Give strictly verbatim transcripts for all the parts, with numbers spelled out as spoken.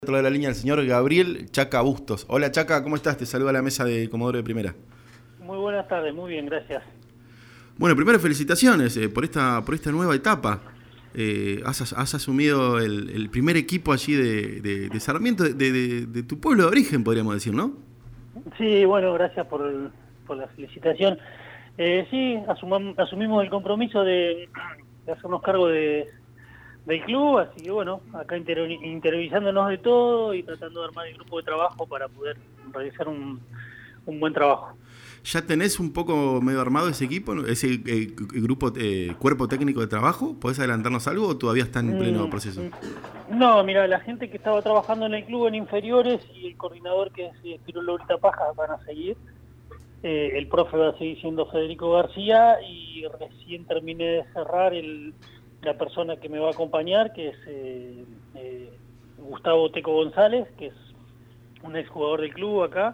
Otro de la línea el señor Gabriel Chaca Bustos. Hola Chaca, ¿cómo estás? Te saluda la mesa de Comodoro de Primera. Muy buenas tardes, muy bien, gracias. Bueno, primero felicitaciones eh, por esta por esta nueva etapa. Eh, has, has asumido el, el primer equipo allí de, de, de Sarmiento, de, de, de tu pueblo de origen, podríamos decir, ¿no? Sí, bueno, gracias por, el, por la felicitación. Eh, sí, asumam, asumimos el compromiso de, de hacernos cargo de, del club, así que bueno, acá inter, interiorizándonos de todo y tratando de armar el grupo de trabajo para poder realizar un, un buen trabajo. ¿Ya tenés un poco medio armado ese equipo, ese eh, grupo, eh, cuerpo técnico de trabajo? ¿Podés adelantarnos algo o todavía está en pleno proceso? No, mira, la gente que estaba trabajando en el club en inferiores y el coordinador que es Pirulo Paja van a seguir. Eh, el profe va a seguir siendo Federico García y recién terminé de cerrar el, la persona que me va a acompañar, que es eh, eh, Gustavo Teco González, que es un exjugador del club acá,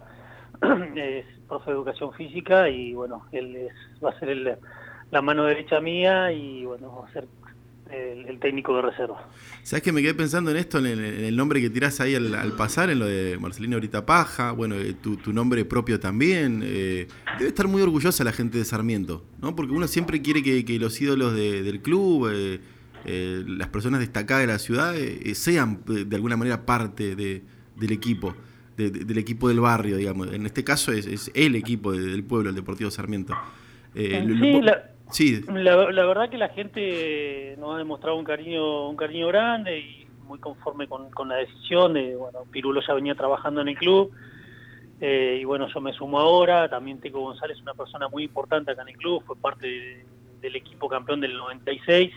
es profe de educación física y bueno, él es, va a ser el, la mano derecha mía y bueno, va a ser el, el técnico de reserva. ¿Sabés que me quedé pensando en esto, en el, en el nombre que tirás ahí al, al pasar, en lo de Marcelino Paja, bueno, eh, tu, tu nombre propio también? Eh, debe estar muy orgullosa la gente de Sarmiento, ¿no? Porque uno siempre quiere que, que los ídolos de, del club, eh, eh, las personas destacadas de la ciudad, eh, sean de alguna manera parte de, del equipo, de, de, del equipo del barrio, digamos. En este caso es, es el equipo de, del pueblo, el Deportivo Sarmiento. Eh, Sí, lo, la... Sí. La, la verdad que la gente nos ha demostrado un cariño un cariño grande y muy conforme con, con la decisión de, bueno, Pirulo ya venía trabajando en el club eh, y bueno, yo me sumo ahora, también Teco González es una persona muy importante acá en el club, fue parte de, del equipo campeón del noventa y seis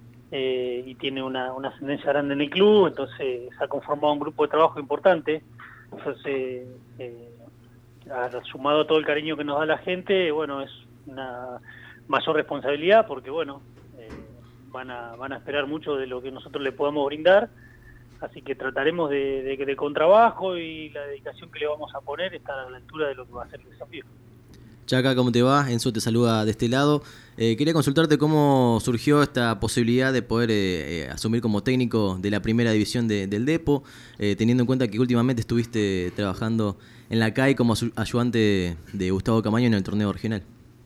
eh, y tiene una, una ascendencia grande en el club, entonces se ha conformado un grupo de trabajo importante, entonces eh, sumado a todo el cariño que nos da la gente, bueno, es una mayor responsabilidad porque bueno eh, van a van a esperar mucho de lo que nosotros le podamos brindar, así que trataremos de, de que de con trabajo y la dedicación que le vamos a poner estar a la altura de lo que va a ser el desafío. Chaca, ¿cómo te va? Enzo te saluda de este lado. Eh, quería consultarte cómo surgió esta posibilidad de poder eh, eh, asumir como técnico de la primera división de, del Depo, eh, teniendo en cuenta que últimamente estuviste trabajando en la C A I como ayudante de Gustavo Camaño en el torneo regional.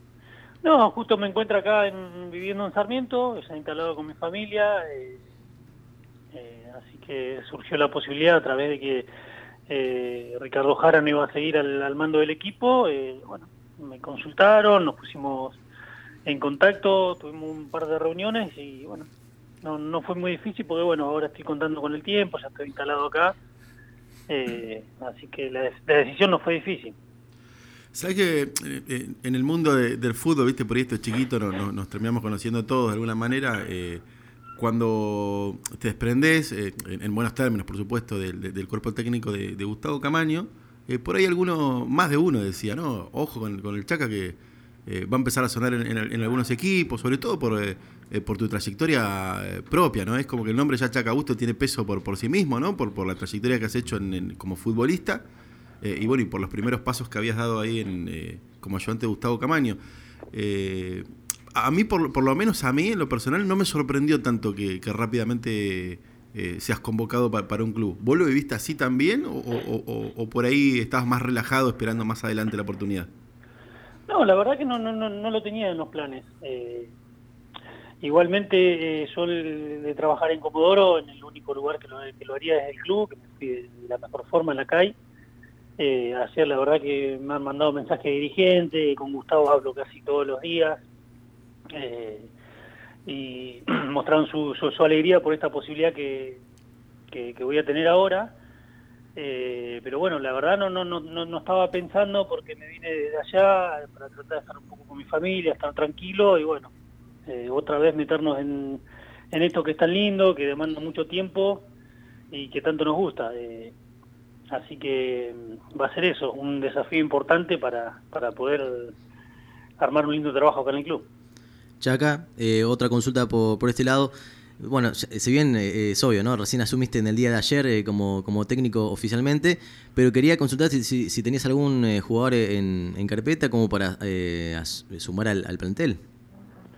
No, justo me encuentro acá en, viviendo en Sarmiento, se ha instalado con mi familia, eh, eh, así que surgió la posibilidad a través de que eh, Ricardo Jara no iba a seguir al, al mando del equipo, eh, bueno, me consultaron, nos pusimos en contacto, tuvimos un par de reuniones y bueno, no, no fue muy difícil porque bueno, ahora estoy contando con el tiempo, ya estoy instalado acá, eh, así que la, la decisión no fue difícil. ¿Sabes que eh, en el mundo de, del fútbol, viste, por ahí estos chiquitos no, no, nos terminamos conociendo todos de alguna manera? Eh, cuando te desprendés, eh, en, en buenos términos, por supuesto, del, de, del cuerpo técnico de, de Gustavo Camaño, eh, por ahí alguno, más de uno decía, no, ojo con, con el Chaca que eh, va a empezar a sonar en, en, en algunos equipos, sobre todo por, eh, por tu trayectoria eh, propia, ¿no? Es como que el nombre ya Chaca Bustos tiene peso por, por sí mismo, ¿no? Por, por la trayectoria que has hecho en, en, como futbolista. Eh, y bueno, y por los primeros pasos que habías dado ahí en, eh, como ayudante de Gustavo Camaño. Eh, a mí, por, por lo menos a mí, en lo personal, no me sorprendió tanto que, que rápidamente eh, seas convocado pa, para un club. ¿Vos lo viviste así también o, o, o, o por ahí estabas más relajado esperando más adelante la oportunidad? No, la verdad que no, no, no, no lo tenía en los planes. Eh, igualmente, eh, yo de, de trabajar en Comodoro, en el único lugar que lo, que lo haría es el club, que me fui de, de la mejor forma en la C A I. Eh, ayer la verdad que me han mandado mensajes de dirigente, con Gustavo hablo casi todos los días eh, y mostraron su, su, su alegría por esta posibilidad que, que, que voy a tener ahora, eh, pero bueno, la verdad no, no, no, no estaba pensando porque me vine desde allá para tratar de estar un poco con mi familia, estar tranquilo y bueno, eh, otra vez meternos en, en esto que es tan lindo, que demanda mucho tiempo y que tanto nos gusta. Eh, Así que va a ser eso, un desafío importante para, para poder armar un lindo trabajo acá en el club. Chaca, eh, otra consulta por, por este lado. Bueno, si bien eh, es obvio, ¿no? Recién asumiste en el día de ayer eh, como, como técnico oficialmente, pero quería consultar si, si, si tenías algún eh, jugador en, en carpeta como para eh, sumar al, al plantel.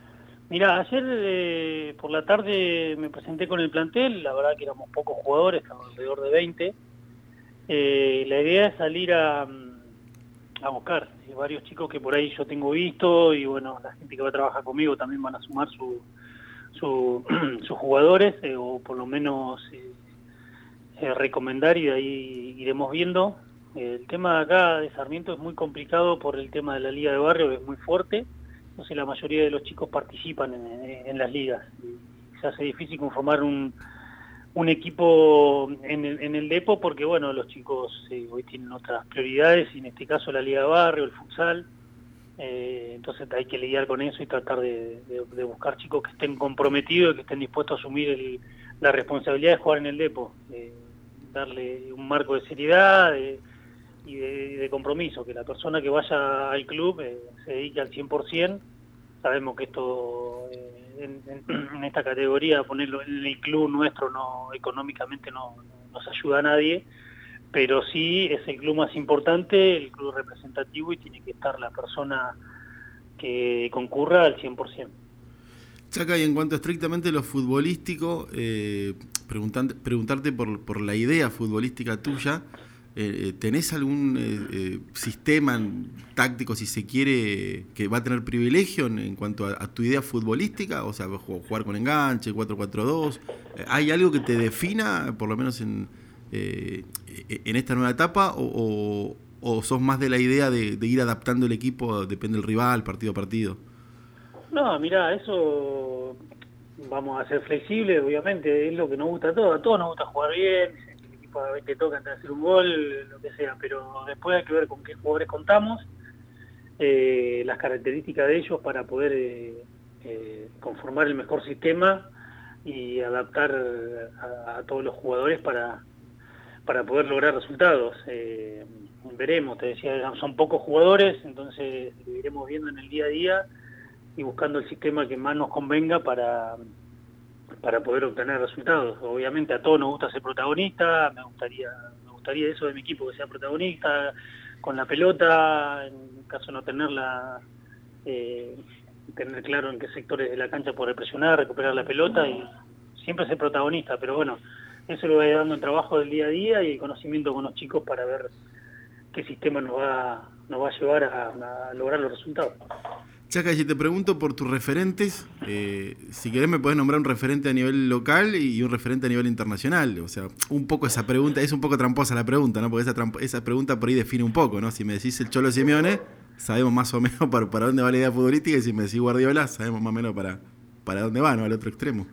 Mirá, ayer eh, por la tarde me presenté con el plantel, la verdad que éramos pocos jugadores, estamos alrededor de veinte. Eh, la idea es salir a, a buscar eh, varios chicos que por ahí yo tengo visto, y bueno, la gente que va a trabajar conmigo también van a sumar su, su, sus jugadores, eh, o por lo menos eh, eh, recomendar, y de ahí iremos viendo. Eh, el tema de acá de Sarmiento es muy complicado por el tema de la liga de barrio, que es muy fuerte. Entonces la mayoría de los chicos participan en, en, en las ligas. Y se hace difícil conformar un, un equipo en el, en el Depo, porque bueno, los chicos eh, hoy tienen otras prioridades, y en este caso la liga de barrio, el futsal. Eh, entonces hay que lidiar con eso y tratar de, de, de buscar chicos que estén comprometidos y que estén dispuestos a asumir el, la responsabilidad de jugar en el Depo. Eh, darle un marco de seriedad de, y de, de compromiso, que la persona que vaya al club eh, se dedique al cien por ciento. Sabemos que esto eh, en, en, en esta categoría, ponerlo en el club nuestro, no económicamente no, no nos ayuda a nadie, pero sí es el club más importante, el club representativo, y tiene que estar la persona que concurra al cien por ciento. Chaca, y en cuanto estrictamente a lo futbolístico, eh, preguntarte por, por la idea futbolística tuya. Eh, ¿Tenés algún eh, eh, sistema táctico, si se quiere, que va a tener privilegio en, en cuanto a, a tu idea futbolística? O sea, jugar con enganche, cuatro cuatro dos. ¿Hay algo que te defina, por lo menos en, eh, en esta nueva etapa? O, o, ¿O sos más de la idea de, de ir adaptando el equipo, depende del rival, partido a partido? No, mirá, eso vamos a ser flexibles, obviamente, es lo que nos gusta a todos. A todos nos gusta jugar bien, a ver que toca antes de hacer un gol, lo que sea, pero después hay que ver con qué jugadores contamos, eh, las características de ellos para poder eh, eh, conformar el mejor sistema y adaptar a, a todos los jugadores para, para poder lograr resultados. Eh, veremos, te decía, son pocos jugadores, entonces lo iremos viendo en el día a día y buscando el sistema que más nos convenga para... para poder obtener resultados. Obviamente a todos nos gusta ser protagonista, me gustaría me gustaría eso de mi equipo, que sea protagonista con la pelota, en caso de no tenerla, eh, tener claro en qué sectores de la cancha poder presionar, recuperar la pelota y siempre ser protagonista, pero bueno, eso lo voy dando el trabajo del día a día y el conocimiento con los chicos para ver qué sistema nos va, nos va a llevar a, a lograr los resultados. Chaca, si te pregunto por tus referentes, eh, si querés me podés nombrar un referente a nivel local y un referente a nivel internacional. O sea, un poco esa pregunta, es un poco tramposa la pregunta, ¿no? Porque esa, esa pregunta por ahí define un poco, ¿no? Si me decís el Cholo Simeone, sabemos más o menos para, para dónde va la idea futbolística, y si me decís Guardiola, sabemos más o menos para, para dónde va, ¿no? Al otro extremo.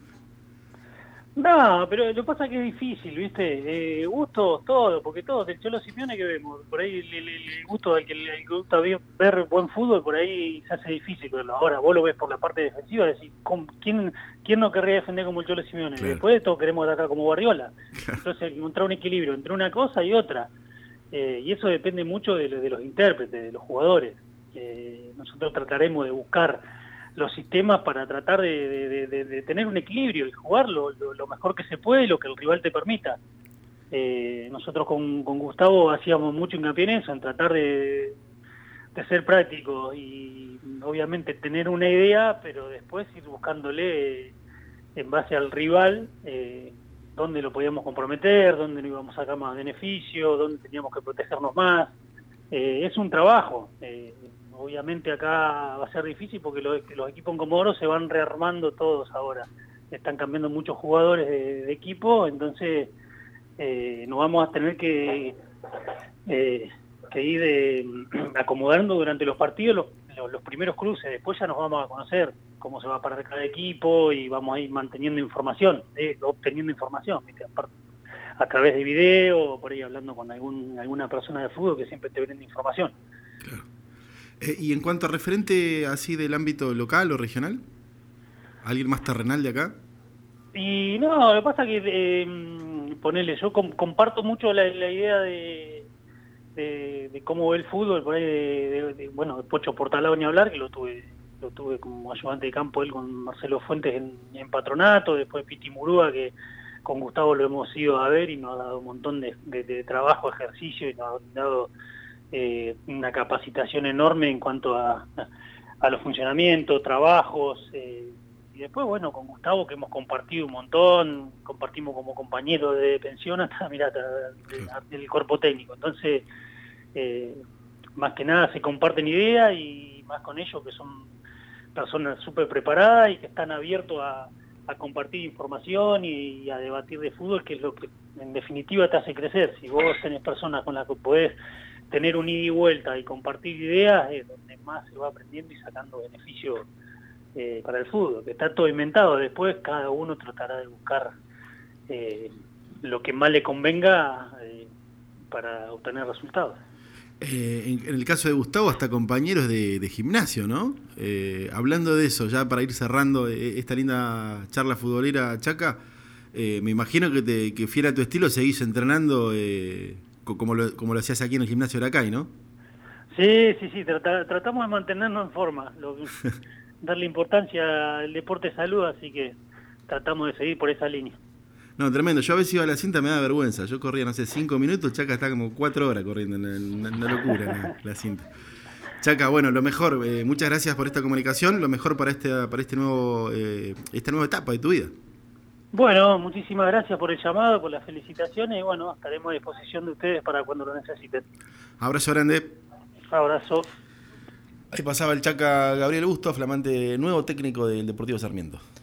No, pero lo que pasa es que es difícil, ¿viste? Eh, gustos, todo, porque todos, el Cholo Simeone que vemos, por ahí el, el, el gusto al que le gusta ver buen fútbol, por ahí se hace difícil verlo. Ahora, vos lo ves por la parte defensiva, decís, ¿quién, quién no querría defender como el Cholo Simeone? Claro. Después de todo queremos atacar como Guardiola. Claro. Entonces, encontrar un equilibrio entre una cosa y otra. Eh, y eso depende mucho de, de los intérpretes, de los jugadores. Eh, nosotros trataremos de buscar los sistemas para tratar de, de, de, de tener un equilibrio y jugar lo, lo, lo mejor que se puede y lo que el rival te permita. Eh, nosotros con, con Gustavo hacíamos mucho hincapié en eso, en tratar de, de ser prácticos y obviamente tener una idea, pero después ir buscándole eh, en base al rival eh, dónde lo podíamos comprometer, dónde no íbamos a sacar más beneficio, dónde teníamos que protegernos más. Eh, es un trabajo. Eh, Obviamente acá va a ser difícil porque los, los equipos en Comodoro se van rearmando todos ahora. Están cambiando muchos jugadores de, de equipo, entonces eh, nos vamos a tener que, eh, que ir eh, acomodando durante los partidos los, los, los primeros cruces. Después ya nos vamos a conocer cómo se va a parar cada equipo y vamos a ir manteniendo información, eh, obteniendo información, ¿viste? A través de video o por ahí hablando con algún alguna persona de fútbol que siempre te brinda información. Claro. Eh, y en cuanto a referente así del ámbito local o regional, ¿alguien más terrenal de acá? Y no, lo que pasa es que, eh, ponele, yo com comparto mucho la, la idea de, de, de cómo ve el fútbol, por ahí, de, de, de, bueno, de Pocho Portalao ni hablar, que lo tuve lo tuve como ayudante de campo él con Marcelo Fuentes en, en Patronato, después Piti Murúa, que con Gustavo lo hemos ido a ver y nos ha dado un montón de, de, de trabajo, ejercicio, y nos ha dado Eh, una capacitación enorme en cuanto a, a, a los funcionamientos, trabajos, eh, Y después, bueno, con Gustavo, que hemos compartido un montón, compartimos como compañeros de pensión hasta, mirá, hasta del cuerpo técnico. Entonces, eh, más que nada se comparten ideas y más con ellos que son personas súper preparadas y que están abiertos a, a compartir información y, y a debatir de fútbol, que es lo que en definitiva te hace crecer. Si vos tenés personas con las que podés tener un ida y vuelta y compartir ideas, es donde más se va aprendiendo y sacando beneficios eh, para el fútbol, que está todo inventado. Después cada uno tratará de buscar eh, lo que más le convenga eh, para obtener resultados. Eh, en, en el caso de Gustavo, hasta compañeros de, de gimnasio, ¿no? Eh, hablando de eso, ya para ir cerrando eh, esta linda charla futbolera, Chaca, eh, me imagino que, te, que fiel a tu estilo seguís entrenando eh, como, lo, como lo hacías aquí en el gimnasio de Aracay, ¿no? Sí, sí, sí, trata, tratamos de mantenernos en forma, lo, darle importancia al deporte de salud, así que tratamos de seguir por esa línea. No, tremendo. Yo a veces iba a la cinta, me da vergüenza. Yo corría, no sé, cinco minutos, Chaca está como cuatro horas corriendo, una, una locura la, la cinta. Chaca, bueno, lo mejor, eh, muchas gracias por esta comunicación, lo mejor para este, para este nuevo, eh, esta nueva etapa de tu vida. Bueno, muchísimas gracias por el llamado, por las felicitaciones y bueno, estaremos a disposición de ustedes para cuando lo necesiten. Abrazo grande. Abrazo. Ahí pasaba el Chaca Gabriel Busto, flamante nuevo técnico del Deportivo Sarmiento.